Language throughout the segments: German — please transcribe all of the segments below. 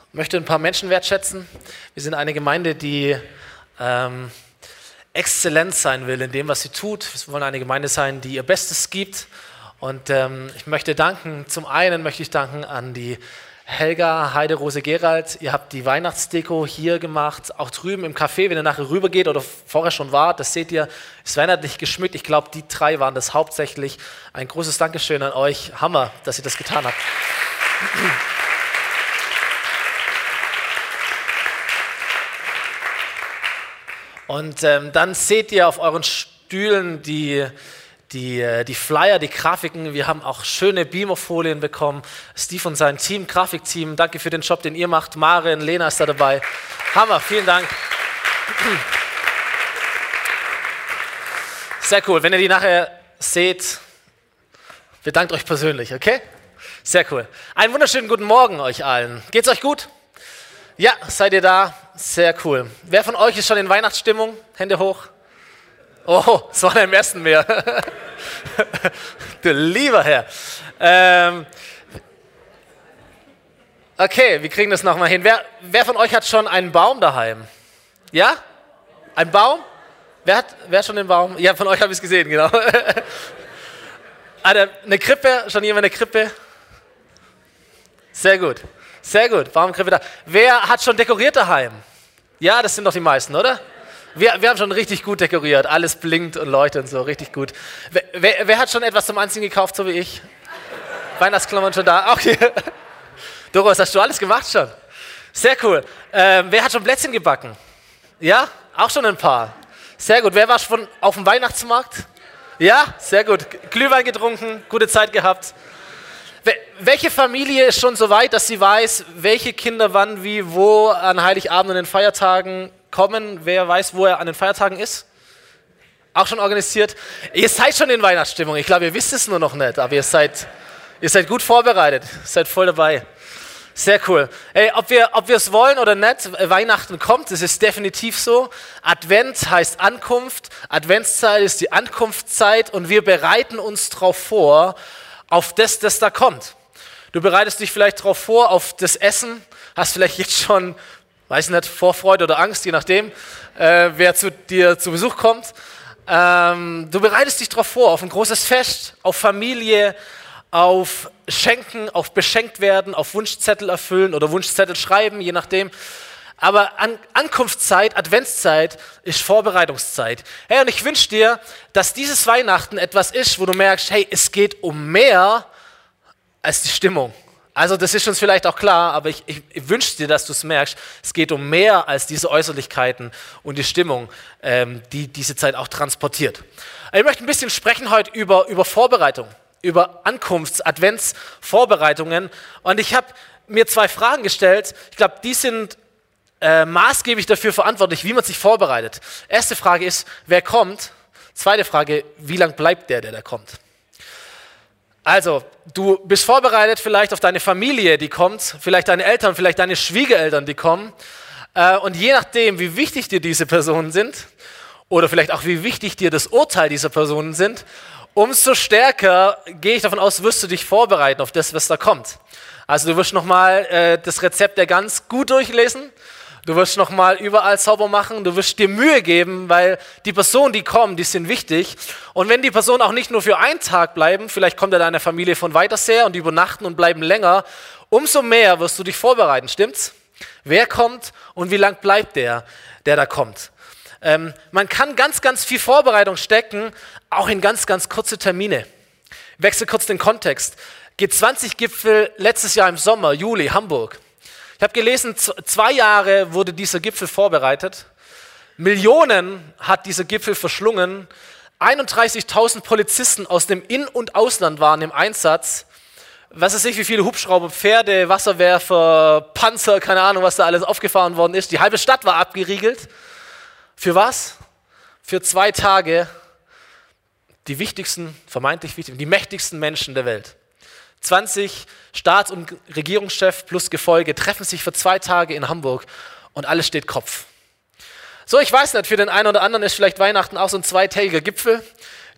möchte ein paar Menschen wertschätzen. Wir sind eine Gemeinde, die exzellent sein will in dem, was sie tut. Wir wollen eine Gemeinde sein, die ihr Bestes gibt. Und ich möchte danken, zum einen möchte ich danken an die Helga, Heide, Rose, Gerald. Ihr habt die Weihnachtsdeko hier gemacht, auch drüben im Café, wenn ihr nachher rübergeht oder vorher schon wart, das seht ihr, ist weihnachtlich geschmückt. Ich glaube, die 3 waren das hauptsächlich. Ein großes Dankeschön an euch. Hammer, dass ihr das getan habt. Und dann seht ihr auf euren Stühlen die Flyer, die Grafiken. Wir haben auch schöne Beamerfolien bekommen. Steve und sein Team, Grafikteam, danke für den Job, den ihr macht. Maren, Lena ist da dabei. Hammer, vielen Dank. Sehr cool. Wenn ihr die nachher seht, bedankt euch persönlich, okay? Sehr cool. Einen wunderschönen guten Morgen euch allen. Geht's euch gut? Ja, seid ihr da? Sehr cool. Wer von euch ist schon in Weihnachtsstimmung? Hände hoch. Oh, es war im ersten mehr. Du lieber Herr. Okay, wir kriegen das nochmal hin. Wer von euch hat schon einen Baum daheim? Ja? Ein Baum? Wer hat schon den Baum? Ja, von euch habe ich es gesehen, genau. Eine Krippe? Schon jemand eine Krippe? Sehr gut. Sehr gut. Baumkrippe da. Wer hat schon dekoriert daheim? Ja, das sind doch die meisten, oder? Wir haben schon richtig gut dekoriert. Alles blinkt und leuchtet und so, richtig gut. Wer hat schon etwas zum Anziehen gekauft, so wie ich? Weihnachtsklammern schon da? Okay. Doris, hast du alles gemacht schon? Sehr cool. Wer hat schon Plätzchen gebacken? Ja? Auch schon ein paar. Sehr gut. Wer war schon auf dem Weihnachtsmarkt? Ja? Sehr gut. Glühwein getrunken, gute Zeit gehabt. Welche Familie ist schon so weit, dass sie weiß, welche Kinder wann, wie, wo an Heiligabend und den Feiertagen kommen? Wer weiß, wo er an den Feiertagen ist? Auch schon organisiert? Ihr seid schon in Weihnachtsstimmung. Ich glaube, ihr wisst es nur noch nicht, aber ihr seid gut vorbereitet. Seid voll dabei. Sehr cool. Ey, ob wir es wollen oder nicht, Weihnachten kommt, das ist definitiv so. Advent heißt Ankunft. Adventszeit ist die Ankunftszeit und wir bereiten uns darauf vor, auf das da kommt. Du bereitest dich vielleicht darauf vor, auf das Essen, hast vielleicht jetzt schon, weiß nicht, Vorfreude oder Angst, je nachdem, wer zu dir zu Besuch kommt. Du bereitest dich darauf vor, auf ein großes Fest, auf Familie, auf Schenken, auf beschenkt werden, auf Wunschzettel erfüllen oder Wunschzettel schreiben, je nachdem. Aber Ankunftszeit, Adventszeit ist Vorbereitungszeit. Hey, und ich wünsche dir, dass dieses Weihnachten etwas ist, wo du merkst, hey, es geht um mehr als die Stimmung. Also das ist uns vielleicht auch klar, aber ich wünsche dir, dass du es merkst, es geht um mehr als diese Äußerlichkeiten und die Stimmung, die diese Zeit auch transportiert. Ich möchte ein bisschen sprechen heute über Vorbereitung, über Advents-Vorbereitungen. Und ich habe mir 2 Fragen gestellt. Ich glaube, die sind maßgeblich dafür verantwortlich, wie man sich vorbereitet. Erste Frage ist, wer kommt? Zweite Frage, wie lang bleibt der da kommt? Also, du bist vorbereitet vielleicht auf deine Familie, die kommt, vielleicht deine Eltern, vielleicht deine Schwiegereltern, die kommen. Und je nachdem, wie wichtig dir diese Personen sind, oder vielleicht auch wie wichtig dir das Urteil dieser Personen sind, umso stärker, gehe ich davon aus, wirst du dich vorbereiten auf das, was da kommt. Also du wirst nochmal das Rezept der Gans gut durchlesen. Du wirst nochmal überall sauber machen, du wirst dir Mühe geben, weil die Personen, die kommen, die sind wichtig. Und wenn die Personen auch nicht nur für einen Tag bleiben, vielleicht kommt ja deine Familie von weitersher und die übernachten und bleiben länger, umso mehr wirst du dich vorbereiten, stimmt's? Wer kommt und wie lang bleibt der da kommt? Man kann ganz, ganz viel Vorbereitung stecken, auch in ganz, ganz kurze Termine. Ich wechsle kurz den Kontext. G20-Gipfel letztes Jahr im Sommer, Juli, Hamburg. Ich habe gelesen, 2 Jahre wurde dieser Gipfel vorbereitet. Millionen hat dieser Gipfel verschlungen. 31.000 Polizisten aus dem In- und Ausland waren im Einsatz. Was weiß ich, wie viele Hubschrauber, Pferde, Wasserwerfer, Panzer, keine Ahnung, was da alles aufgefahren worden ist. Die halbe Stadt war abgeriegelt. Für was? Für 2 Tage die wichtigsten, vermeintlich wichtigsten, die mächtigsten Menschen der Welt. 20 Staats- und Regierungschefs plus Gefolge treffen sich für 2 Tage in Hamburg und alles steht Kopf. So, ich weiß nicht, für den einen oder anderen ist vielleicht Weihnachten auch so ein 2-tägiger Gipfel.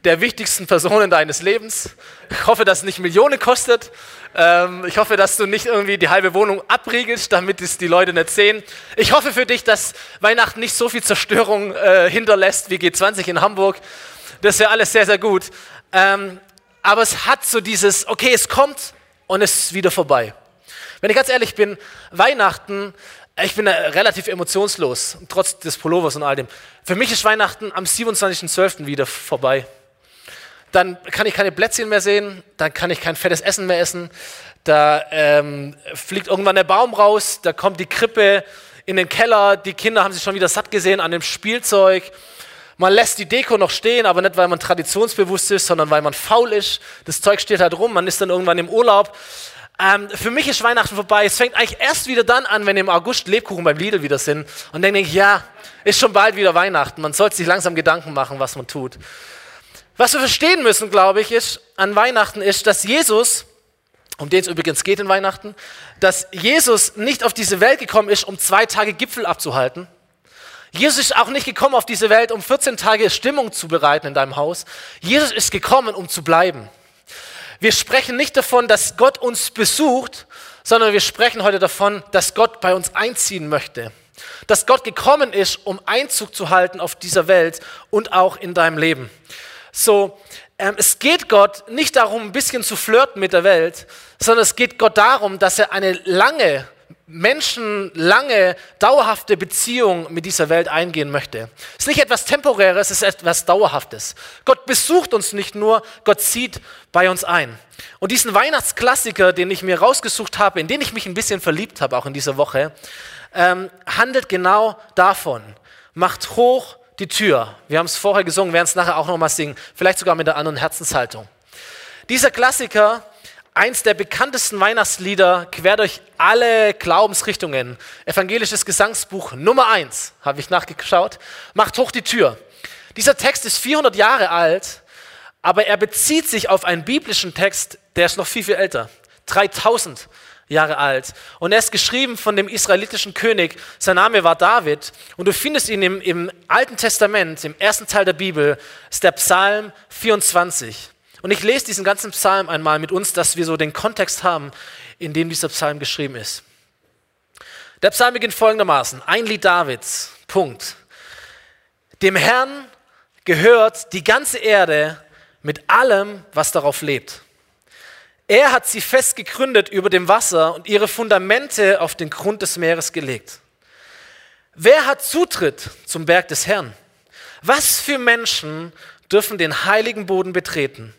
der wichtigsten Personen deines Lebens. Ich hoffe, dass es nicht Millionen kostet. Ich hoffe, dass du nicht irgendwie die halbe Wohnung abriegelst, damit es die Leute nicht sehen. Ich hoffe für dich, dass Weihnachten nicht so viel Zerstörung hinterlässt wie G20 in Hamburg. Das wäre alles sehr, sehr gut. Aber es hat so dieses, okay, es kommt und es ist wieder vorbei. Wenn ich ganz ehrlich bin, Weihnachten, ich bin relativ emotionslos, trotz des Pullovers und all dem. Für mich ist Weihnachten am 27.12. wieder vorbei. Dann kann ich keine Plätzchen mehr sehen, dann kann ich kein fettes Essen mehr essen, da fliegt irgendwann der Baum raus, da kommt die Krippe in den Keller, die Kinder haben sich schon wieder satt gesehen an dem Spielzeug. Man lässt die Deko noch stehen, aber nicht, weil man traditionsbewusst ist, sondern weil man faul ist. Das Zeug steht halt rum, man ist dann irgendwann im Urlaub. Für mich ist Weihnachten vorbei. Es fängt eigentlich erst wieder dann an, wenn im August Lebkuchen beim Lidl wieder sind. Und dann denke ich, ja, ist schon bald wieder Weihnachten. Man sollte sich langsam Gedanken machen, was man tut. Was wir verstehen müssen, glaube ich, ist, an Weihnachten ist, dass Jesus, um den es übrigens geht in Weihnachten, dass Jesus nicht auf diese Welt gekommen ist, um 2 Tage Gipfel abzuhalten. Jesus ist auch nicht gekommen auf diese Welt, um 14 Tage Stimmung zu bereiten in deinem Haus. Jesus ist gekommen, um zu bleiben. Wir sprechen nicht davon, dass Gott uns besucht, sondern wir sprechen heute davon, dass Gott bei uns einziehen möchte. Dass Gott gekommen ist, um Einzug zu halten auf dieser Welt und auch in deinem Leben. Es geht Gott nicht darum, ein bisschen zu flirten mit der Welt, sondern es geht Gott darum, dass er eine menschenlange, dauerhafte Beziehung mit dieser Welt eingehen möchte. Es ist nicht etwas Temporäres, es ist etwas Dauerhaftes. Gott besucht uns nicht nur, Gott zieht bei uns ein. Und diesen Weihnachtsklassiker, den ich mir rausgesucht habe, in den ich mich ein bisschen verliebt habe, auch in dieser Woche, handelt genau davon. Macht hoch die Tür. Wir haben es vorher gesungen, werden es nachher auch nochmal singen, vielleicht sogar mit einer anderen Herzenshaltung. Dieser Klassiker, eins der bekanntesten Weihnachtslieder quer durch alle Glaubensrichtungen, evangelisches Gesangsbuch Nummer 1, habe ich nachgeschaut, macht hoch die Tür. Dieser Text ist 400 Jahre alt, aber er bezieht sich auf einen biblischen Text, der ist noch viel, viel älter, 3000 Jahre alt. Und er ist geschrieben von dem israelitischen König, sein Name war David. Und du findest ihn im Alten Testament, im ersten Teil der Bibel, ist der Psalm 24. Und ich lese diesen ganzen Psalm einmal mit uns, dass wir so den Kontext haben, in dem dieser Psalm geschrieben ist. Der Psalm beginnt folgendermaßen, ein Lied Davids, Punkt. Dem Herrn gehört die ganze Erde mit allem, was darauf lebt. Er hat sie fest gegründet über dem Wasser und ihre Fundamente auf den Grund des Meeres gelegt. Wer hat Zutritt zum Berg des Herrn? Was für Menschen dürfen den heiligen Boden betreten?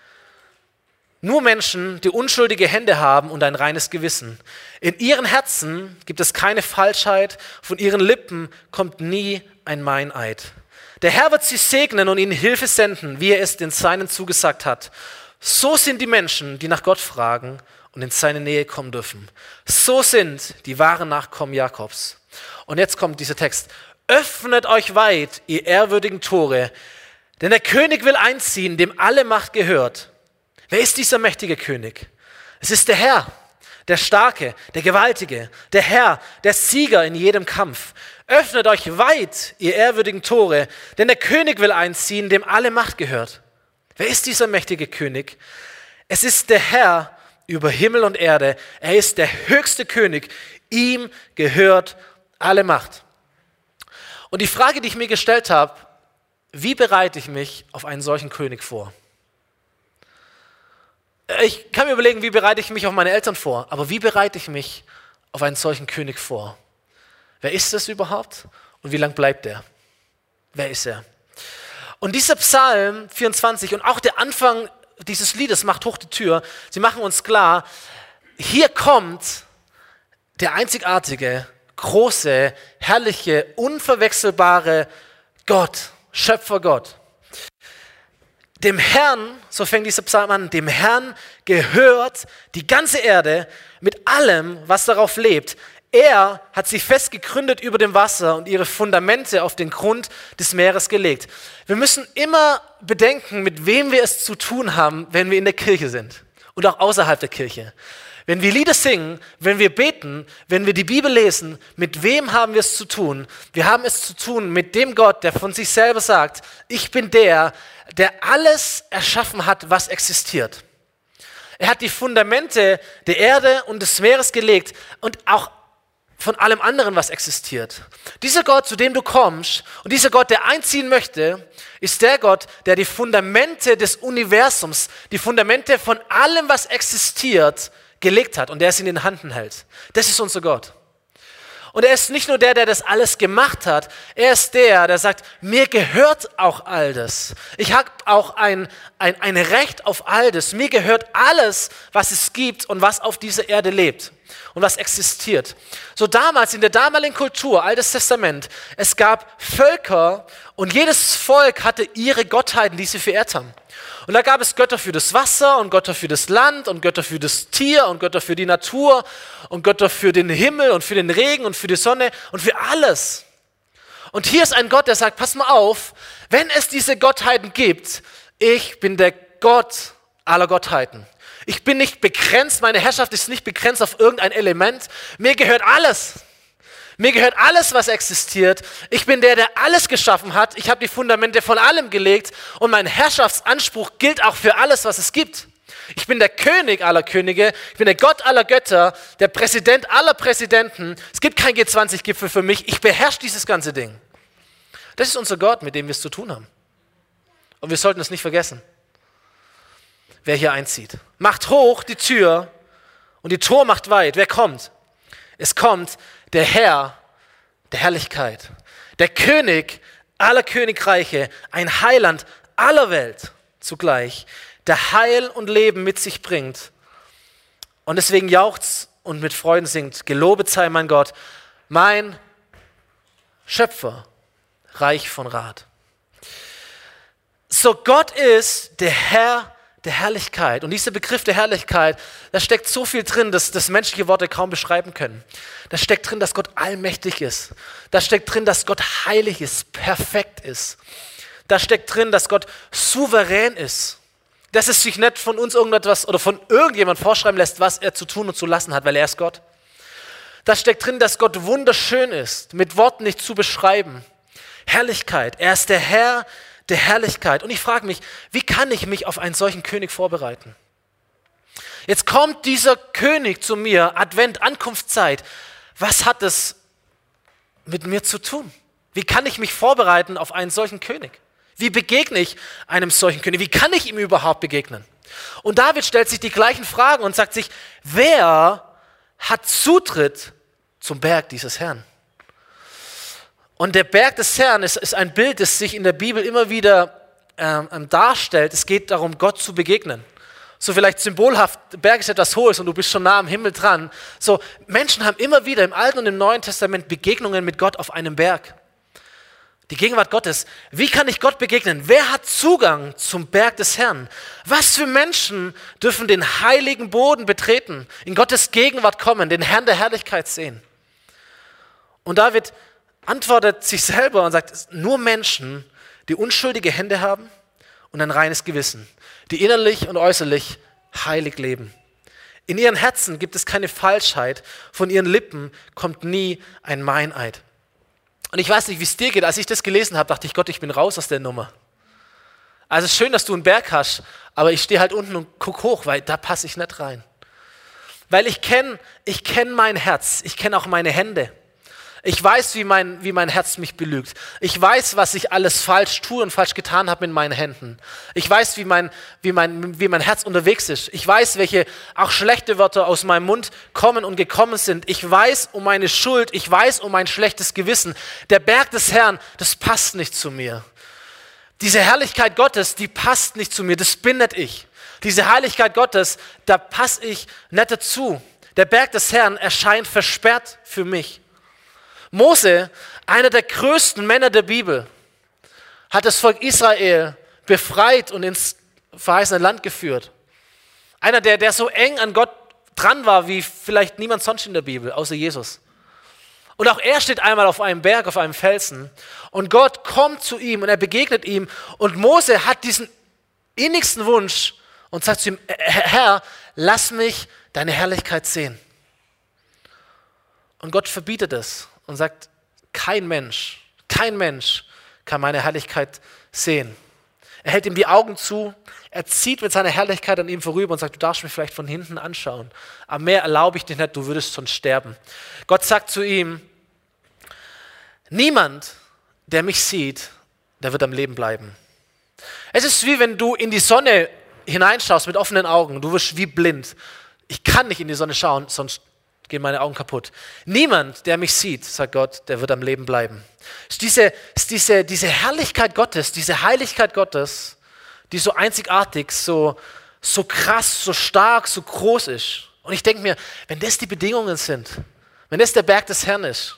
Nur Menschen, die unschuldige Hände haben und ein reines Gewissen. In ihren Herzen gibt es keine Falschheit, von ihren Lippen kommt nie ein Meineid. Der Herr wird sie segnen und ihnen Hilfe senden, wie er es den Seinen zugesagt hat. So sind die Menschen, die nach Gott fragen und in seine Nähe kommen dürfen. So sind die wahren Nachkommen Jakobs. Und jetzt kommt dieser Text. Öffnet euch weit, ihr ehrwürdigen Tore, denn der König will einziehen, dem alle Macht gehört. Wer ist dieser mächtige König? Es ist der Herr, der Starke, der Gewaltige, der Herr, der Sieger in jedem Kampf. Öffnet euch weit, ihr ehrwürdigen Tore, denn der König will einziehen, dem alle Macht gehört. Wer ist dieser mächtige König? Es ist der Herr über Himmel und Erde. Er ist der höchste König. Ihm gehört alle Macht. Und die Frage, die ich mir gestellt habe, wie bereite ich mich auf einen solchen König vor? Ich kann mir überlegen, wie bereite ich mich auf meine Eltern vor, aber wie bereite ich mich auf einen solchen König vor? Wer ist das überhaupt und wie lang bleibt er? Wer ist er? Und dieser Psalm 24 und auch der Anfang dieses Liedes macht hoch die Tür, sie machen uns klar, hier kommt der einzigartige, große, herrliche, unverwechselbare Gott, Schöpfer Gott. Dem Herrn, so fängt dieser Psalm an, dem Herrn gehört die ganze Erde mit allem, was darauf lebt. Er hat sie fest gegründet über dem Wasser und ihre Fundamente auf den Grund des Meeres gelegt. Wir müssen immer bedenken, mit wem wir es zu tun haben, wenn wir in der Kirche sind und auch außerhalb der Kirche. Wenn wir Lieder singen, wenn wir beten, wenn wir die Bibel lesen, mit wem haben wir es zu tun? Wir haben es zu tun mit dem Gott, der von sich selber sagt, ich bin der alles erschaffen hat, was existiert. Er hat die Fundamente der Erde und des Meeres gelegt und auch von allem anderen, was existiert. Dieser Gott, zu dem du kommst und dieser Gott, der einziehen möchte, ist der Gott, der die Fundamente des Universums, die Fundamente von allem, was existiert, gelegt hat und der es in den Händen hält. Das ist unser Gott. Und er ist nicht nur der das alles gemacht hat, er ist der sagt, mir gehört auch all das. Ich habe auch ein Recht auf all das. Mir gehört alles, was es gibt und was auf dieser Erde lebt und was existiert. So damals, in der damaligen Kultur, Altes Testament, es gab Völker und jedes Volk hatte ihre Gottheiten, die sie verehrt haben. Und da gab es Götter für das Wasser und Götter für das Land und Götter für das Tier und Götter für die Natur und Götter für den Himmel und für den Regen und für die Sonne und für alles. Und hier ist ein Gott, der sagt, pass mal auf, wenn es diese Gottheiten gibt, ich bin der Gott aller Gottheiten. Ich bin nicht begrenzt, meine Herrschaft ist nicht begrenzt auf irgendein Element. Mir gehört alles. Mir gehört alles, was existiert. Ich bin der alles geschaffen hat. Ich habe die Fundamente von allem gelegt und mein Herrschaftsanspruch gilt auch für alles, was es gibt. Ich bin der König aller Könige. Ich bin der Gott aller Götter, der Präsident aller Präsidenten. Es gibt kein G20-Gipfel für mich. Ich beherrsche dieses ganze Ding. Das ist unser Gott, mit dem wir es zu tun haben. Und wir sollten es nicht vergessen, wer hier einzieht. Macht hoch die Tür und die Tor macht weit. Wer kommt? Es kommt der Herr der Herrlichkeit, der König aller Königreiche, ein Heiland aller Welt zugleich, der Heil und Leben mit sich bringt. Und deswegen jauchzt und mit Freuden singt, gelobet sei mein Gott, mein Schöpfer, reich von Rat. So Gott ist der Herr der Herrlichkeit. Und dieser Begriff der Herrlichkeit, da steckt so viel drin, dass das menschliche Worte kaum beschreiben können. Da steckt drin, dass Gott allmächtig ist. Da steckt drin, dass Gott heilig ist, perfekt ist. Da steckt drin, dass Gott souverän ist. Dass es sich nicht von uns irgendetwas oder von irgendjemand vorschreiben lässt, was er zu tun und zu lassen hat, weil er ist Gott. Da steckt drin, dass Gott wunderschön ist, mit Worten nicht zu beschreiben. Herrlichkeit, er ist der Herr der Herrlichkeit. Und ich frage mich, wie kann ich mich auf einen solchen König vorbereiten? Jetzt kommt dieser König zu mir, Advent, Ankunftszeit. Was hat es mit mir zu tun? Wie kann ich mich vorbereiten auf einen solchen König? Wie begegne ich einem solchen König? Wie kann ich ihm überhaupt begegnen? Und David stellt sich die gleichen Fragen und sagt sich, wer hat Zutritt zum Berg dieses Herrn? Und der Berg des Herrn ist ein Bild, das sich in der Bibel immer wieder darstellt. Es geht darum, Gott zu begegnen. So vielleicht symbolhaft, der Berg ist etwas Hohes und du bist schon nah am Himmel dran. So, Menschen haben immer wieder im Alten und im Neuen Testament Begegnungen mit Gott auf einem Berg. Die Gegenwart Gottes. Wie kann ich Gott begegnen? Wer hat Zugang zum Berg des Herrn? Was für Menschen dürfen den heiligen Boden betreten, in Gottes Gegenwart kommen, den Herrn der Herrlichkeit sehen? Und David antwortet sich selber und sagt, nur Menschen, die unschuldige Hände haben und ein reines Gewissen, die innerlich und äußerlich heilig leben. In ihren Herzen gibt es keine Falschheit, von ihren Lippen kommt nie ein Meineid. Und ich weiß nicht, wie es dir geht, als ich das gelesen habe, dachte ich, Gott, ich bin raus aus der Nummer. Also schön, dass du einen Berg hast, aber ich stehe halt unten und gucke hoch, weil da passe ich nicht rein. Weil ich kenn mein Herz, ich kenne auch meine Hände. Ich weiß, wie mein Herz mich belügt. Ich weiß, was ich alles falsch tue und falsch getan habe mit meinen Händen. Ich weiß, wie mein Herz unterwegs ist. Ich weiß, welche auch schlechte Wörter aus meinem Mund kommen und gekommen sind. Ich weiß um meine Schuld. Ich weiß um mein schlechtes Gewissen. Der Berg des Herrn, das passt nicht zu mir. Diese Herrlichkeit Gottes, die passt nicht zu mir. Das bin nicht ich. Diese Heiligkeit Gottes, da passe ich nicht dazu. Der Berg des Herrn erscheint versperrt für mich. Mose, einer der größten Männer der Bibel, hat das Volk Israel befreit und ins verheißene Land geführt. Einer, der so eng an Gott dran war, wie vielleicht niemand sonst in der Bibel, außer Jesus. Und auch er steht einmal auf einem Berg, auf einem Felsen. Und Gott kommt zu ihm und er begegnet ihm. Und Mose hat diesen innigsten Wunsch und sagt zu ihm, Herr, lass mich deine Herrlichkeit sehen. Und Gott verbietet es und sagt, kein Mensch kann meine Herrlichkeit sehen. Er hält ihm die Augen zu, er zieht mit seiner Herrlichkeit an ihm vorüber und sagt, du darfst mich vielleicht von hinten anschauen, aber mehr erlaube ich dir nicht, du würdest sonst sterben. Gott sagt zu ihm, niemand, der mich sieht, der wird am Leben bleiben. Es ist wie wenn du in die Sonne hineinschaust mit offenen Augen, du wirst wie blind. Ich kann nicht in die Sonne schauen, sonst gehen meine Augen kaputt. Niemand, der mich sieht, sagt Gott, der wird am Leben bleiben. Es ist diese Herrlichkeit Gottes, diese Heiligkeit Gottes, die so einzigartig, so krass, so stark, so groß ist. Und ich denke mir, wenn das die Bedingungen sind, wenn das der Berg des Herrn ist,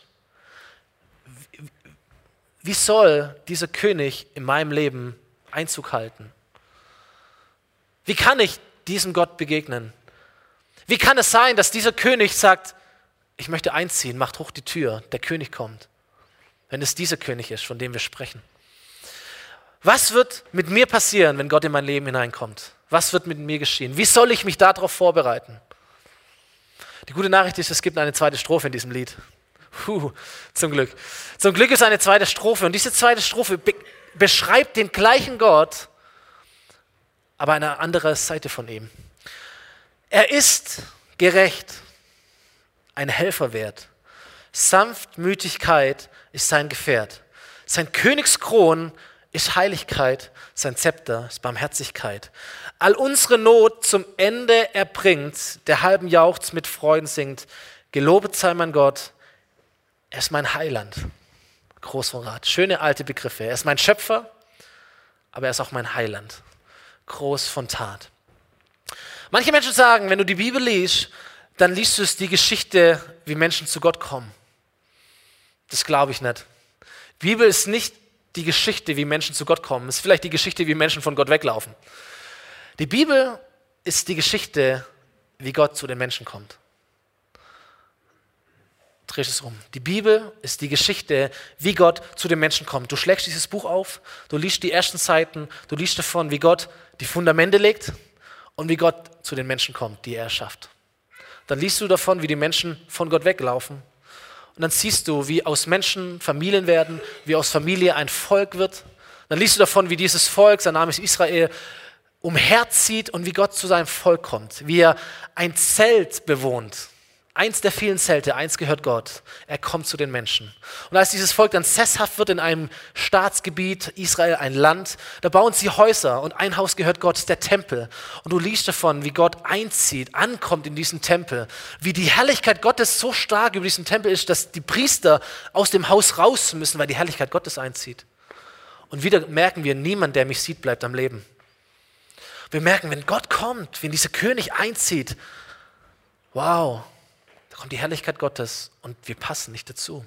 wie soll dieser König in meinem Leben Einzug halten? Wie kann ich diesem Gott begegnen? Wie kann es sein, dass dieser König sagt, ich möchte einziehen, macht hoch die Tür, der König kommt, wenn es dieser König ist, von dem wir sprechen? Was wird mit mir passieren, wenn Gott in mein Leben hineinkommt? Was wird mit mir geschehen? Wie soll ich mich darauf vorbereiten? Die gute Nachricht ist, es gibt eine zweite Strophe in diesem Lied. Zum Glück. Zum Glück ist eine zweite Strophe und diese zweite Strophe beschreibt den gleichen Gott, aber eine andere Seite von ihm. Er ist gerecht, ein Helfer wert. Sanftmütigkeit ist sein Gefährt. Sein Königskron ist Heiligkeit, sein Zepter ist Barmherzigkeit. All unsere Not zum Ende er bringt, der halben jauchzt mit Freuden singt. Gelobet sei mein Gott, er ist mein Heiland. Groß von Rat. Schöne alte Begriffe. Er ist mein Schöpfer, aber er ist auch mein Heiland. Groß von Tat. Manche Menschen sagen, wenn du die Bibel liest, dann liest du es die Geschichte, wie Menschen zu Gott kommen. Das glaube ich nicht. Die Bibel ist nicht die Geschichte, wie Menschen zu Gott kommen. Es ist vielleicht die Geschichte, wie Menschen von Gott weglaufen. Die Bibel ist die Geschichte, wie Gott zu den Menschen kommt. Dreh es um. Die Bibel ist die Geschichte, wie Gott zu den Menschen kommt. Du schlägst dieses Buch auf, du liest die ersten Seiten, du liest davon, wie Gott die Fundamente legt und wie Gott zu den Menschen kommt, die er erschafft. Dann liest du davon, wie die Menschen von Gott weglaufen. Und dann siehst du, wie aus Menschen Familien werden, wie aus Familie ein Volk wird. Dann liest du davon, wie dieses Volk, sein Name ist Israel, umherzieht und wie Gott zu seinem Volk kommt. Wie er ein Zelt bewohnt. Eins der vielen Zelte, eins gehört Gott. Er kommt zu den Menschen. Und als dieses Volk dann sesshaft wird in einem Staatsgebiet, Israel, ein Land, da bauen sie Häuser und ein Haus gehört Gott, der Tempel. Und du liest davon, wie Gott einzieht, ankommt in diesen Tempel, wie die Herrlichkeit Gottes so stark über diesen Tempel ist, dass die Priester aus dem Haus raus müssen, weil die Herrlichkeit Gottes einzieht. Und wieder merken wir, niemand, der mich sieht, bleibt am Leben. Wir merken, wenn Gott kommt, wenn dieser König einzieht, wow, da kommt die Herrlichkeit Gottes und wir passen nicht dazu.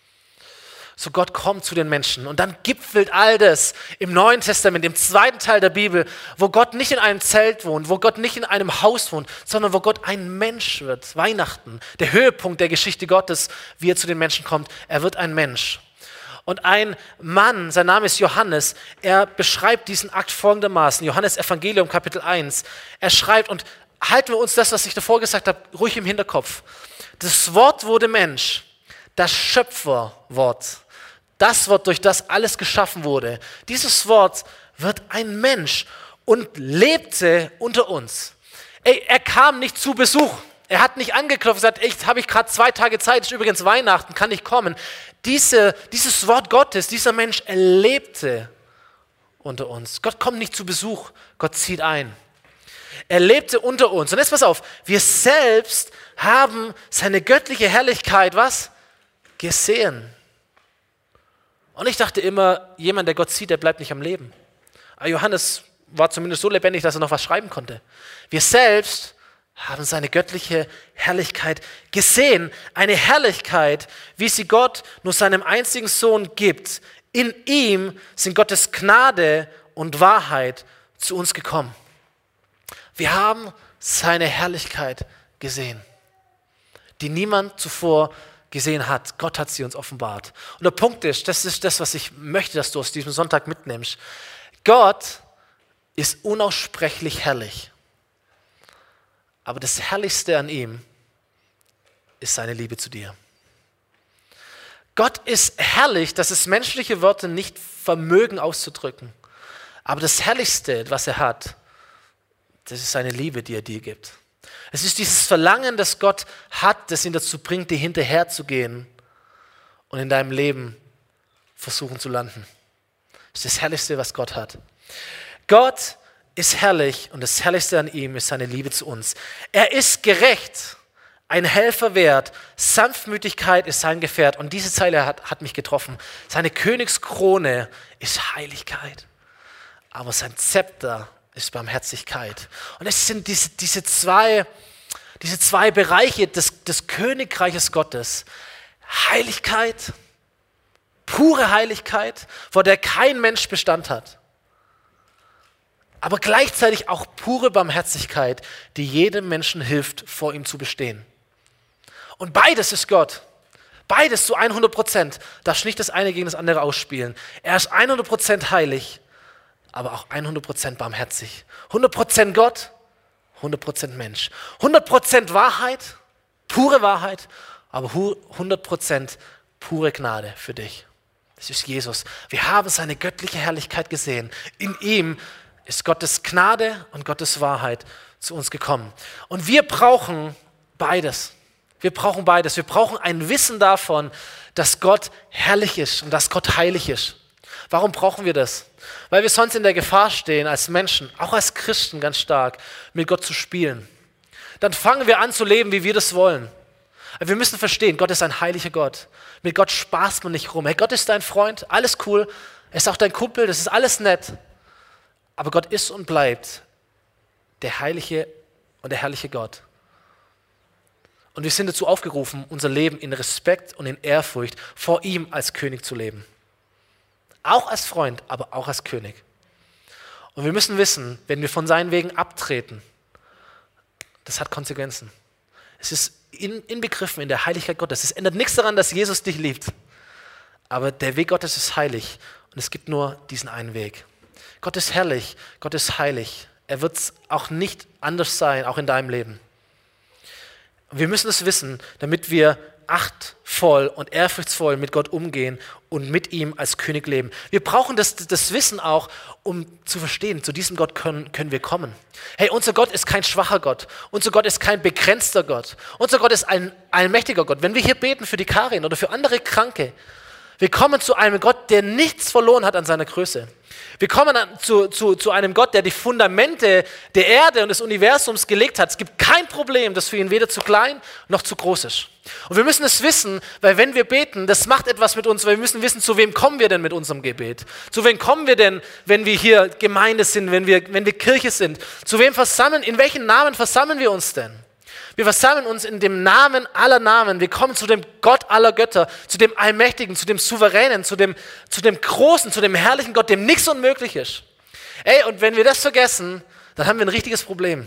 So Gott kommt zu den Menschen und dann gipfelt all das im Neuen Testament, im zweiten Teil der Bibel, wo Gott nicht in einem Zelt wohnt, wo Gott nicht in einem Haus wohnt, sondern wo Gott ein Mensch wird. Weihnachten, der Höhepunkt der Geschichte Gottes, wie er zu den Menschen kommt. Er wird ein Mensch. Und ein Mann, sein Name ist Johannes, er beschreibt diesen Akt folgendermaßen. Johannes Evangelium Kapitel 1. Er schreibt, und halten wir uns das, was ich davor gesagt habe, ruhig im Hinterkopf. Das Wort wurde Mensch, das Schöpferwort, das Wort, durch das alles geschaffen wurde. Dieses Wort wird ein Mensch und lebte unter uns. Er kam nicht zu Besuch. Er hat nicht angeklopft und gesagt, habe ich gerade 2 Tage Zeit, ist übrigens Weihnachten, kann ich kommen. Dieses Wort Gottes, dieser Mensch, er lebte unter uns. Gott kommt nicht zu Besuch, Gott zieht ein. Er lebte unter uns. Und jetzt pass auf, wir selbst haben seine göttliche Herrlichkeit, was? Gesehen. Und ich dachte immer, jemand, der Gott sieht, der bleibt nicht am Leben. Aber Johannes war zumindest so lebendig, dass er noch was schreiben konnte. Wir selbst haben seine göttliche Herrlichkeit gesehen. Eine Herrlichkeit, wie sie Gott nur seinem einzigen Sohn gibt. In ihm sind Gottes Gnade und Wahrheit zu uns gekommen. Wir haben seine Herrlichkeit gesehen, die niemand zuvor gesehen hat. Gott hat sie uns offenbart. Und der Punkt ist, das ist das, was ich möchte, dass du aus diesem Sonntag mitnimmst. Gott ist unaussprechlich herrlich. Aber das Herrlichste an ihm ist seine Liebe zu dir. Gott ist herrlich, dass es menschliche Worte nicht vermögen auszudrücken. Aber das Herrlichste, was er hat, das ist seine Liebe, die er dir gibt. Es ist dieses Verlangen, das Gott hat, das ihn dazu bringt, dir hinterherzugehen und in deinem Leben versuchen zu landen. Das ist das Herrlichste, was Gott hat. Gott ist herrlich und das Herrlichste an ihm ist seine Liebe zu uns. Er ist gerecht, ein Helfer wert, Sanftmütigkeit ist sein Gefährt. Und diese Zeile hat mich getroffen. Seine Königskrone ist Heiligkeit, aber sein Zepter ist Barmherzigkeit. Und es sind diese zwei Bereiche des Königreiches Gottes. Heiligkeit, pure Heiligkeit, vor der kein Mensch Bestand hat. Aber gleichzeitig auch pure Barmherzigkeit, die jedem Menschen hilft, vor ihm zu bestehen. Und beides ist Gott. Beides zu 100%. Darfst nicht das eine gegen das andere ausspielen. Er ist 100% heilig, aber auch 100% barmherzig. 100% Gott, 100% Mensch. 100% Wahrheit, pure Wahrheit, aber 100% pure Gnade für dich. Das ist Jesus. Wir haben seine göttliche Herrlichkeit gesehen. In ihm ist Gottes Gnade und Gottes Wahrheit zu uns gekommen. Und wir brauchen beides. Wir brauchen beides. Wir brauchen ein Wissen davon, dass Gott herrlich ist und dass Gott heilig ist. Warum brauchen wir das? Weil wir sonst in der Gefahr stehen, als Menschen, auch als Christen ganz stark, mit Gott zu spielen. Dann fangen wir an zu leben, wie wir das wollen. Wir müssen verstehen, Gott ist ein heiliger Gott. Mit Gott spaßt man nicht rum. Hey, Gott ist dein Freund, alles cool. Er ist auch dein Kumpel, das ist alles nett. Aber Gott ist und bleibt der heilige und der herrliche Gott. Und wir sind dazu aufgerufen, unser Leben in Respekt und in Ehrfurcht vor ihm als König zu leben. Auch als Freund, aber auch als König. Und wir müssen wissen, wenn wir von seinen Wegen abtreten, das hat Konsequenzen. Es ist inbegriffen in der Heiligkeit Gottes. Es ändert nichts daran, dass Jesus dich liebt. Aber der Weg Gottes ist heilig und es gibt nur diesen einen Weg. Gott ist herrlich, Gott ist heilig. Er wird es auch nicht anders sein, auch in deinem Leben. Und wir müssen es wissen, damit wir achtvoll und ehrfurchtsvoll mit Gott umgehen und mit ihm als König leben. Wir brauchen das Wissen auch, um zu verstehen, zu diesem Gott können wir kommen. Hey, unser Gott ist kein schwacher Gott. Unser Gott ist kein begrenzter Gott. Unser Gott ist ein allmächtiger Gott. Wenn wir hier beten für die Karin oder für andere Kranke, wir kommen zu einem Gott, der nichts verloren hat an seiner Größe. Wir kommen zu einem Gott, der die Fundamente der Erde und des Universums gelegt hat. Es gibt kein Problem, das für ihn weder zu klein noch zu groß ist. Und wir müssen es wissen, weil wenn wir beten, das macht etwas mit uns, weil wir müssen wissen, zu wem kommen wir denn mit unserem Gebet? Zu wem kommen wir denn, wenn wir hier Gemeinde sind, wenn wir Kirche sind? Zu wem in welchen Namen versammeln wir uns denn? Wir versammeln uns in dem Namen aller Namen. Wir kommen zu dem Gott aller Götter, zu dem Allmächtigen, zu dem Souveränen, zu dem Großen, zu dem herrlichen Gott, dem nichts unmöglich ist. Ey, und wenn wir das vergessen, dann haben wir ein richtiges Problem.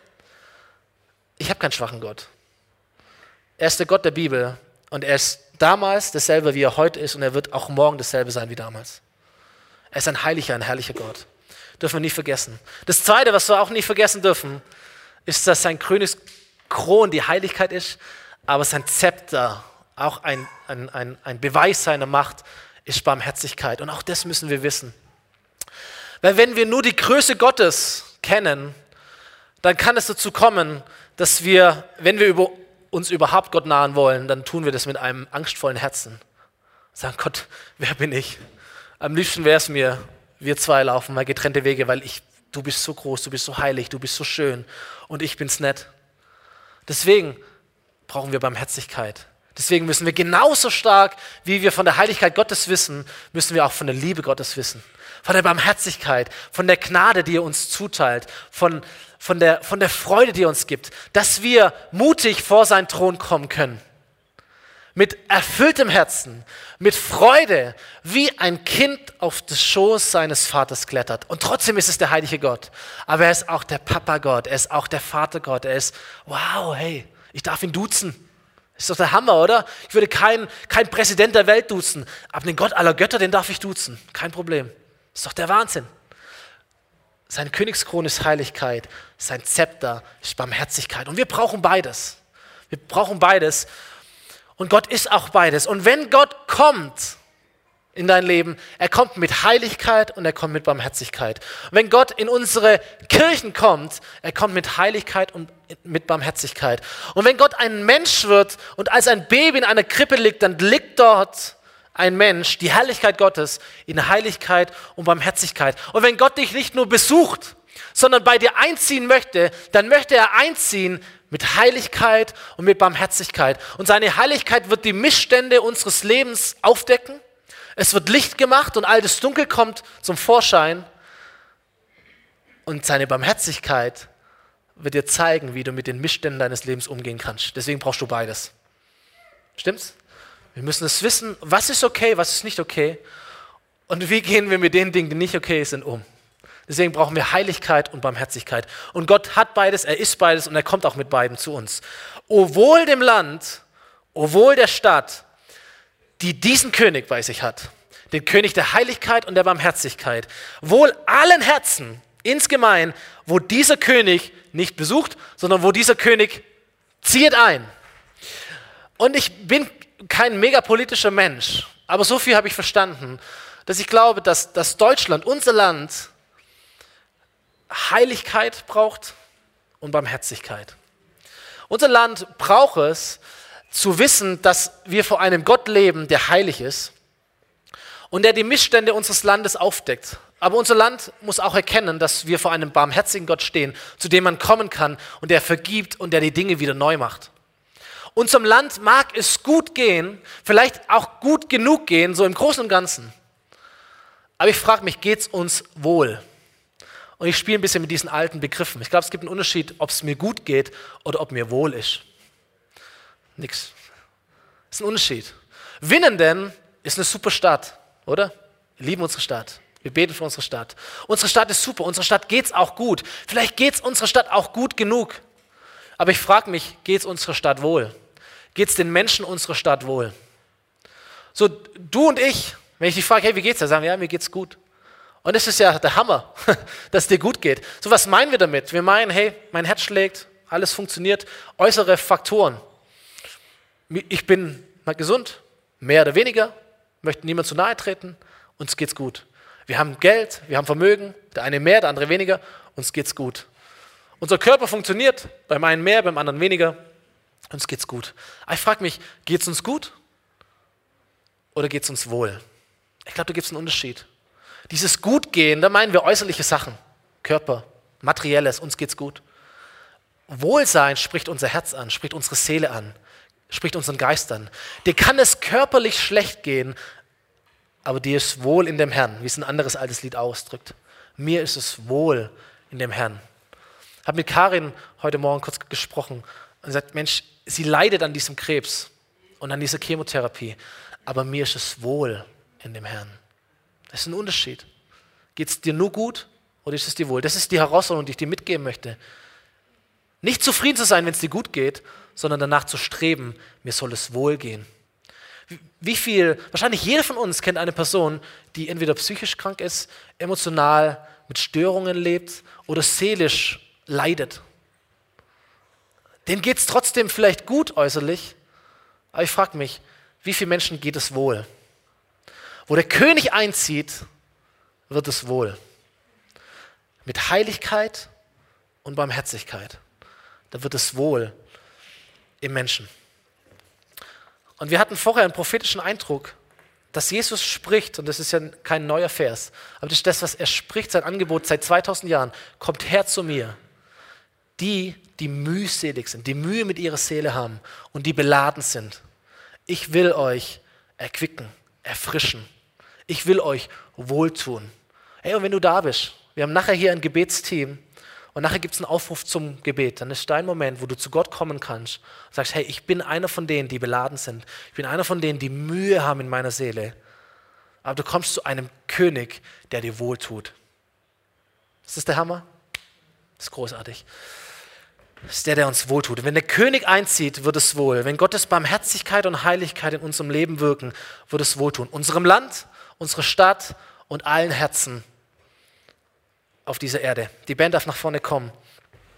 Ich habe keinen schwachen Gott. Er ist der Gott der Bibel und er ist damals dasselbe, wie er heute ist und er wird auch morgen dasselbe sein wie damals. Er ist ein heiliger, ein herrlicher Gott. Dürfen wir nie vergessen. Das Zweite, was wir auch nie vergessen dürfen, ist, dass sein Kron die Heiligkeit ist, aber sein Zepter, auch ein Beweis seiner Macht, ist Barmherzigkeit. Und auch das müssen wir wissen. Weil wenn wir nur die Größe Gottes kennen, dann kann es dazu kommen, dass wir, wenn wir uns überhaupt Gott nahen wollen, dann tun wir das mit einem angstvollen Herzen. Sagen, Gott, wer bin ich? Am liebsten wäre es mir, wir zwei laufen mal getrennte Wege, weil du bist so groß, du bist so heilig, du bist so schön und ich bin's nett. Deswegen brauchen wir Barmherzigkeit. Deswegen müssen wir genauso stark, wie wir von der Heiligkeit Gottes wissen, müssen wir auch von der Liebe Gottes wissen. Von der Barmherzigkeit, von der Gnade, die er uns zuteilt, von der Freude, die er uns gibt, dass wir mutig vor seinen Thron kommen können. Mit erfülltem Herzen, mit Freude, wie ein Kind auf das Schoß seines Vaters klettert. Und trotzdem ist es der heilige Gott. Aber er ist auch der Papa Gott, er ist auch der Vater Gott. Er ist, wow, hey, ich darf ihn duzen. Ist doch der Hammer, oder? Ich würde kein Präsident der Welt duzen, aber den Gott aller Götter, den darf ich duzen. Kein Problem. Ist doch der Wahnsinn. Seine Königskrone ist Heiligkeit. sein Zepter ist Barmherzigkeit. Und wir brauchen beides. Wir brauchen beides. Und Gott ist auch beides. Und wenn Gott kommt in dein Leben, er kommt mit Heiligkeit und er kommt mit Barmherzigkeit. Und wenn Gott in unsere Kirchen kommt, er kommt mit Heiligkeit und mit Barmherzigkeit. Und wenn Gott ein Mensch wird und als ein Baby in einer Krippe liegt, dann liegt dort ein Mensch, die Herrlichkeit Gottes, in Heiligkeit und Barmherzigkeit. Und wenn Gott dich nicht nur besucht, sondern bei dir einziehen möchte, dann möchte er einziehen mit Heiligkeit und mit Barmherzigkeit. Und seine Heiligkeit wird die Missstände unseres Lebens aufdecken. Es wird Licht gemacht und all das Dunkel kommt zum Vorschein. Und seine Barmherzigkeit wird dir zeigen, wie du mit den Missständen deines Lebens umgehen kannst. Deswegen brauchst du beides. Stimmt's? Wir müssen es wissen, was ist okay, was ist nicht okay. Und wie gehen wir mit den Dingen, die nicht okay sind, um. Deswegen brauchen wir Heiligkeit und Barmherzigkeit. Und Gott hat beides, er ist beides und er kommt auch mit beiden zu uns. O wohl dem Land, o wohl der Stadt, die diesen König bei sich hat, den König der Heiligkeit und der Barmherzigkeit. Wohl allen Herzen insgemein, wo dieser König nicht besucht, sondern wo dieser König zieht ein. Und ich bin kein megapolitischer Mensch, aber so viel habe ich verstanden, dass ich glaube, dass Deutschland, unser Land, Heiligkeit braucht und Barmherzigkeit. Unser Land braucht es, zu wissen, dass wir vor einem Gott leben, der heilig ist und der die Missstände unseres Landes aufdeckt. Aber unser Land muss auch erkennen, dass wir vor einem barmherzigen Gott stehen, zu dem man kommen kann und der vergibt und der die Dinge wieder neu macht. Unserem Land mag es gut gehen, vielleicht auch gut genug gehen, so im Großen und Ganzen. Aber ich frage mich, geht es uns wohl? Und ich spiele ein bisschen mit diesen alten Begriffen. Ich glaube, es gibt einen Unterschied, ob es mir gut geht oder ob mir wohl ist. Nix. Das ist ein Unterschied. Winnenden ist eine super Stadt, oder? Wir lieben unsere Stadt. Wir beten für unsere Stadt. Unsere Stadt ist super. Unserer Stadt geht es auch gut. Vielleicht geht es unserer Stadt auch gut genug. Aber ich frage mich, geht es unserer Stadt wohl? Geht es den Menschen unserer Stadt wohl? So, du und ich, wenn ich dich frage, hey, wie geht's dir? Sagen wir, ja, mir geht's gut. Und das ist ja der Hammer, dass es dir gut geht. So, was meinen wir damit? Wir meinen, hey, mein Herz schlägt, alles funktioniert, äußere Faktoren. Ich bin mal gesund, mehr oder weniger, möchte niemand zu nahe treten, uns geht's gut. Wir haben Geld, wir haben Vermögen, der eine mehr, der andere weniger, uns geht's gut. Unser Körper funktioniert, beim einen mehr, beim anderen weniger, uns geht's gut. Aber ich frage mich, geht's uns gut oder geht's uns wohl? Ich glaube, da gibt es einen Unterschied. Dieses Gutgehen, da meinen wir äußerliche Sachen, Körper, Materielles, uns geht's gut. Wohlsein spricht unser Herz an, spricht unsere Seele an, spricht unseren Geist an. Dir kann es körperlich schlecht gehen, aber dir ist wohl in dem Herrn, wie es ein anderes altes Lied ausdrückt. Mir ist es wohl in dem Herrn. Ich habe mit Karin heute Morgen kurz gesprochen und gesagt, Mensch, sie leidet an diesem Krebs und an dieser Chemotherapie, aber mir ist es wohl in dem Herrn. Das ist ein Unterschied. Geht es dir nur gut oder ist es dir wohl? Das ist die Herausforderung, die ich dir mitgeben möchte. Nicht zufrieden zu sein, wenn es dir gut geht, sondern danach zu streben, mir soll es wohl gehen. Wahrscheinlich jeder von uns kennt eine Person, die entweder psychisch krank ist, emotional mit Störungen lebt oder seelisch leidet. Denen geht es trotzdem vielleicht gut äußerlich, aber ich frage mich, wie vielen Menschen geht es wohl? Wo der König einzieht, wird es wohl. Mit Heiligkeit und Barmherzigkeit. Da wird es wohl im Menschen. Und wir hatten vorher einen prophetischen Eindruck, dass Jesus spricht, und das ist ja kein neuer Vers, aber das ist das, was er spricht, sein Angebot seit 2000 Jahren. Kommt her zu mir, die mühselig sind, die Mühe mit ihrer Seele haben und die beladen sind. Ich will euch erquicken, erfrischen. Ich will euch wohltun. Hey, und wenn du da bist, wir haben nachher hier ein Gebetsteam und nachher gibt es einen Aufruf zum Gebet, dann ist dein Moment, wo du zu Gott kommen kannst und sagst, hey, ich bin einer von denen, die beladen sind. Ich bin einer von denen, die Mühe haben in meiner Seele. Aber du kommst zu einem König, der dir wohltut. Ist das der Hammer? Das ist großartig. Das ist der uns wohltut. Wenn der König einzieht, wird es wohl. Wenn Gottes Barmherzigkeit und Heiligkeit in unserem Leben wirken, wird es wohltun. Unserem Land, unserer Stadt und allen Herzen auf dieser Erde. Die Band darf nach vorne kommen.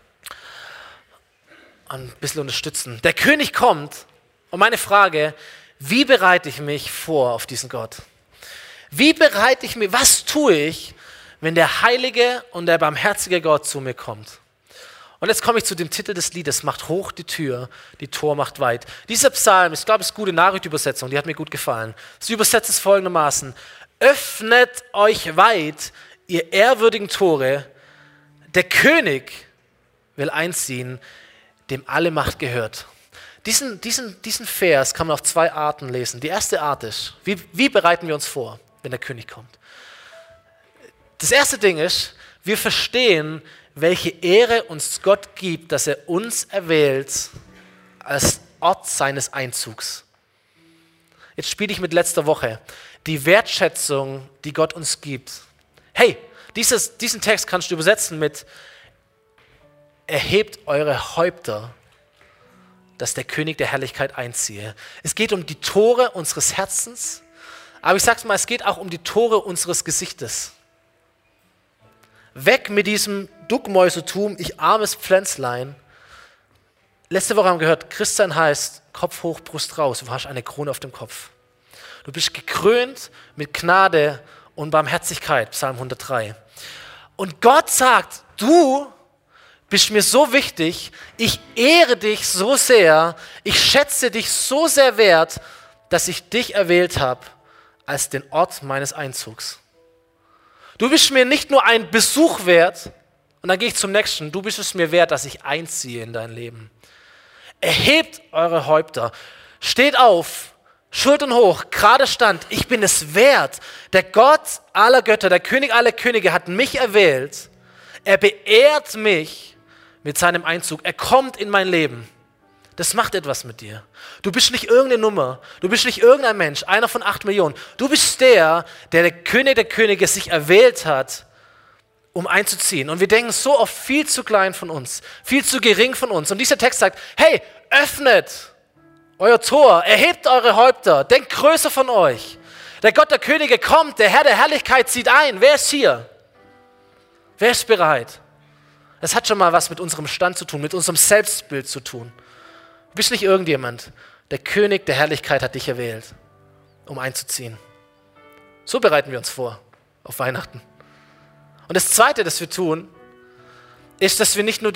ein bisschen unterstützen. Der König kommt und meine Frage, wie bereite ich mich vor auf diesen Gott? Wie bereite ich mich, was tue ich, wenn der heilige und der barmherzige Gott zu mir kommt? Und jetzt komme ich zu dem Titel des Liedes, macht hoch die Tür, die Tor macht weit. Dieser Psalm, ich glaube, es ist eine gute Nachrichtenübersetzung, die hat mir gut gefallen. Sie übersetzt es folgendermaßen: Öffnet euch weit, ihr ehrwürdigen Tore, der König will einziehen, dem alle Macht gehört. Diesen Vers kann man auf zwei Arten lesen. Die erste Art ist, wie bereiten wir uns vor, wenn der König kommt? Das erste Ding ist, wir verstehen, welche Ehre uns Gott gibt, dass er uns erwählt als Ort seines Einzugs. Jetzt spiele ich mit letzter Woche. Die Wertschätzung, die Gott uns gibt. Hey, diesen Text kannst du übersetzen mit: Erhebt eure Häupter, dass der König der Herrlichkeit einziehe. Es geht um die Tore unseres Herzens, aber ich sag's mal, es geht auch um die Tore unseres Gesichtes. Weg mit diesem Duckmäusertum, ich armes Pflänzlein. Letzte Woche haben wir gehört, Christsein heißt Kopf hoch, Brust raus. Du hast eine Krone auf dem Kopf. Du bist gekrönt mit Gnade und Barmherzigkeit, Psalm 103. Und Gott sagt, du bist mir so wichtig, ich ehre dich so sehr, ich schätze dich so sehr wert, dass ich dich erwählt habe als den Ort meines Einzugs. Du bist mir nicht nur ein Besuch wert, und dann gehe ich zum nächsten, du bist es mir wert, dass ich einziehe in dein Leben. Erhebt eure Häupter, steht auf, Schultern hoch, gerade Stand, ich bin es wert. Der Gott aller Götter, der König aller Könige hat mich erwählt, er beehrt mich mit seinem Einzug, er kommt in mein Leben. Das macht etwas mit dir. Du bist nicht irgendeine Nummer, du bist nicht irgendein Mensch, einer von 8 Millionen. Du bist der König der Könige sich erwählt hat, um einzuziehen. Und wir denken so oft viel zu klein von uns, viel zu gering von uns. Und dieser Text sagt, hey, öffnet euer Tor, erhebt eure Häupter, denkt größer von euch. Der Gott der Könige kommt, der Herr der Herrlichkeit zieht ein. Wer ist hier? Wer ist bereit? Das hat schon mal was mit unserem Stand zu tun, mit unserem Selbstbild zu tun. Du bist nicht irgendjemand. Der König der Herrlichkeit hat dich erwählt, um einzuziehen. So bereiten wir uns vor auf Weihnachten. Und das Zweite, das wir tun, ist, dass wir nicht nur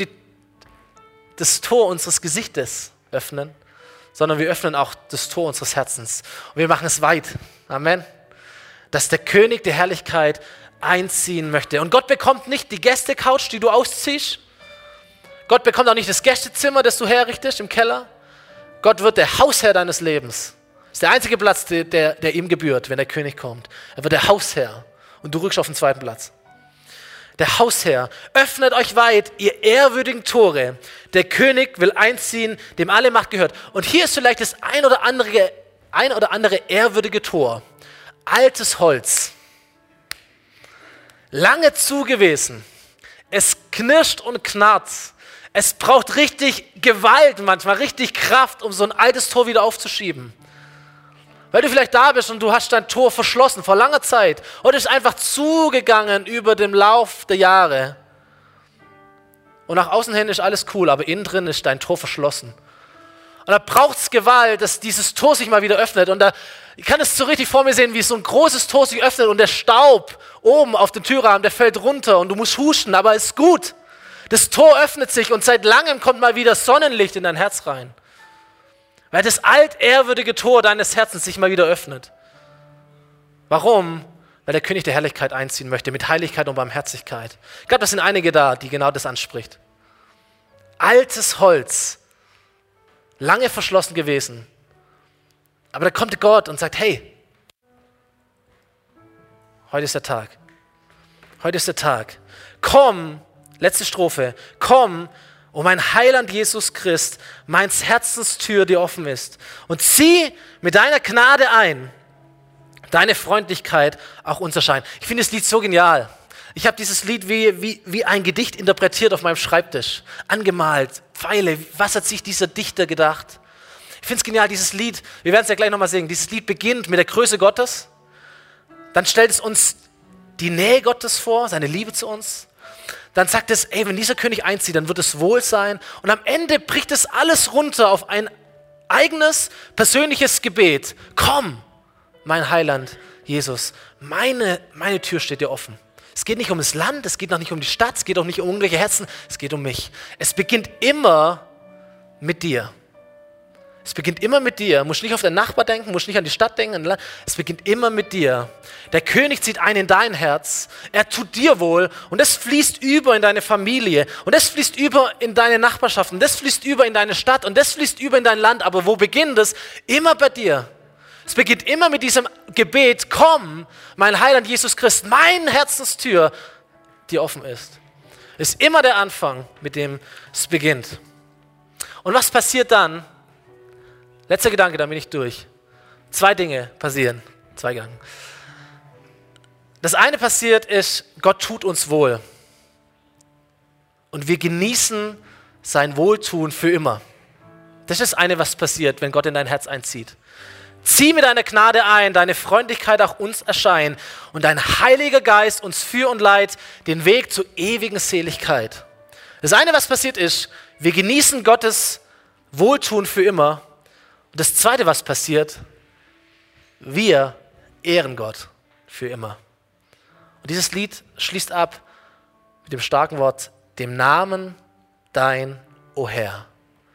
das Tor unseres Gesichtes öffnen, sondern wir öffnen auch das Tor unseres Herzens. Und wir machen es weit. Amen. Dass der König der Herrlichkeit einziehen möchte. Und Gott bekommt nicht die Gästecouch, die du ausziehst. Gott bekommt auch nicht das Gästezimmer, das du herrichtest im Keller. Gott wird der Hausherr deines Lebens. Das ist der einzige Platz, der ihm gebührt, wenn der König kommt. Er wird der Hausherr und du rückst auf den zweiten Platz. Der Hausherr, öffnet euch weit, ihr ehrwürdigen Tore. Der König will einziehen, dem alle Macht gehört. Und hier ist vielleicht das ein oder andere ehrwürdige Tor. Altes Holz. Lange zu gewesen. Es knirscht und knarrt. Es braucht richtig Gewalt manchmal, richtig Kraft, um so ein altes Tor wieder aufzuschieben. Weil du vielleicht da bist und du hast dein Tor verschlossen vor langer Zeit und es ist einfach zugegangen über den Lauf der Jahre. Und nach außen hin ist alles cool, aber innen drin ist dein Tor verschlossen. Und da braucht es Gewalt, dass dieses Tor sich mal wieder öffnet. Und ich kann es so richtig vor mir sehen, wie so ein großes Tor sich öffnet und der Staub oben auf dem Türrahmen, der fällt runter und du musst husten, aber es ist gut. Das Tor öffnet sich und seit langem kommt mal wieder Sonnenlicht in dein Herz rein. Weil das altehrwürdige Tor deines Herzens sich mal wieder öffnet. Warum? Weil der König der Herrlichkeit einziehen möchte, mit Heiligkeit und Barmherzigkeit. Ich glaube, das sind einige da, die genau das anspricht. Altes Holz, lange verschlossen gewesen. Aber da kommt Gott und sagt, hey, heute ist der Tag. Heute ist der Tag. Komm, letzte Strophe, komm, o mein Heiland Jesus Christ, meins Herzenstür, die offen ist. Und zieh mit deiner Gnade ein, deine Freundlichkeit auch unser Schein. Ich finde das Lied so genial. Ich habe dieses Lied wie ein Gedicht interpretiert auf meinem Schreibtisch. Angemalt, Pfeile, was hat sich dieser Dichter gedacht? Ich finde es genial, dieses Lied, wir werden es ja gleich nochmal singen, dieses Lied beginnt mit der Größe Gottes, dann stellt es uns die Nähe Gottes vor, seine Liebe zu uns. dann sagt es, ey, wenn dieser König einzieht, dann wird es wohl sein. Und am Ende bricht es alles runter auf ein eigenes, persönliches Gebet. Komm, mein Heiland, Jesus, meine Tür steht dir offen. Es geht nicht um das Land, es geht noch nicht um die Stadt, es geht auch nicht um irgendwelche Herzen, es geht um mich. Es beginnt immer mit dir. Es beginnt immer mit dir. Du musst nicht auf den Nachbar denken, musst nicht an die Stadt denken. Es beginnt immer mit dir. Der König zieht ein in dein Herz. Er tut dir wohl und das fließt über in deine Familie und das fließt über in deine Nachbarschaft und das fließt über in deine Stadt und das fließt über in dein Land. Aber wo beginnt es? Immer bei dir. Es beginnt immer mit diesem Gebet, komm, mein Heiland Jesus Christ, meine Herzenstür, die offen ist. Ist immer der Anfang, mit dem es beginnt. Und was passiert dann? Letzter Gedanke, dann bin ich durch. 2 Dinge passieren. 2 Gedanken. Das eine passiert ist, Gott tut uns wohl. Und wir genießen sein Wohltun für immer. Das ist das eine, was passiert, wenn Gott in dein Herz einzieht. Zieh mit deiner Gnade ein, deine Freundlichkeit auch uns erscheinen und dein Heiliger Geist uns für und leiht den Weg zur ewigen Seligkeit. Das eine, was passiert ist, wir genießen Gottes Wohltun für immer. Und das zweite, was passiert, wir ehren Gott für immer. Und dieses Lied schließt ab mit dem starken Wort, dem Namen dein, o Herr.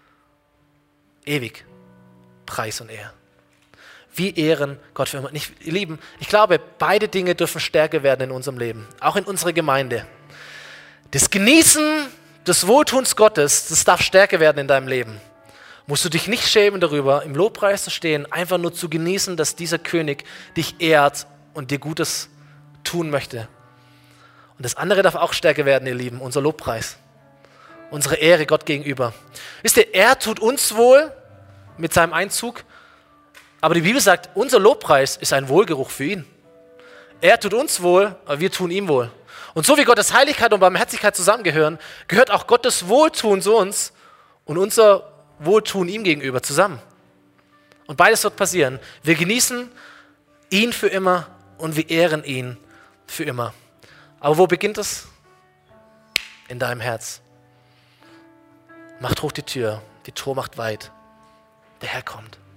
Ewig, Preis und Ehre. Wir ehren Gott für immer. Ihr Lieben, ich glaube, beide Dinge dürfen stärker werden in unserem Leben, auch in unserer Gemeinde. Das Genießen des Wohltuns Gottes, das darf stärker werden in deinem Leben. Musst du dich nicht schämen darüber, im Lobpreis zu stehen, einfach nur zu genießen, dass dieser König dich ehrt und dir Gutes tun möchte. Und das andere darf auch stärker werden, ihr Lieben, unser Lobpreis, unsere Ehre Gott gegenüber. Wisst ihr, er tut uns wohl mit seinem Einzug, aber die Bibel sagt, unser Lobpreis ist ein Wohlgeruch für ihn. Er tut uns wohl, aber wir tun ihm wohl. Und so wie Gottes Heiligkeit und Barmherzigkeit zusammengehören, gehört auch Gottes Wohltun zu uns und unser Wohltun ihm gegenüber zusammen. Und beides wird passieren. Wir genießen ihn für immer und wir ehren ihn für immer. Aber wo beginnt es? In deinem Herz. Macht hoch die Tür, die Tor macht weit. Der Herr kommt.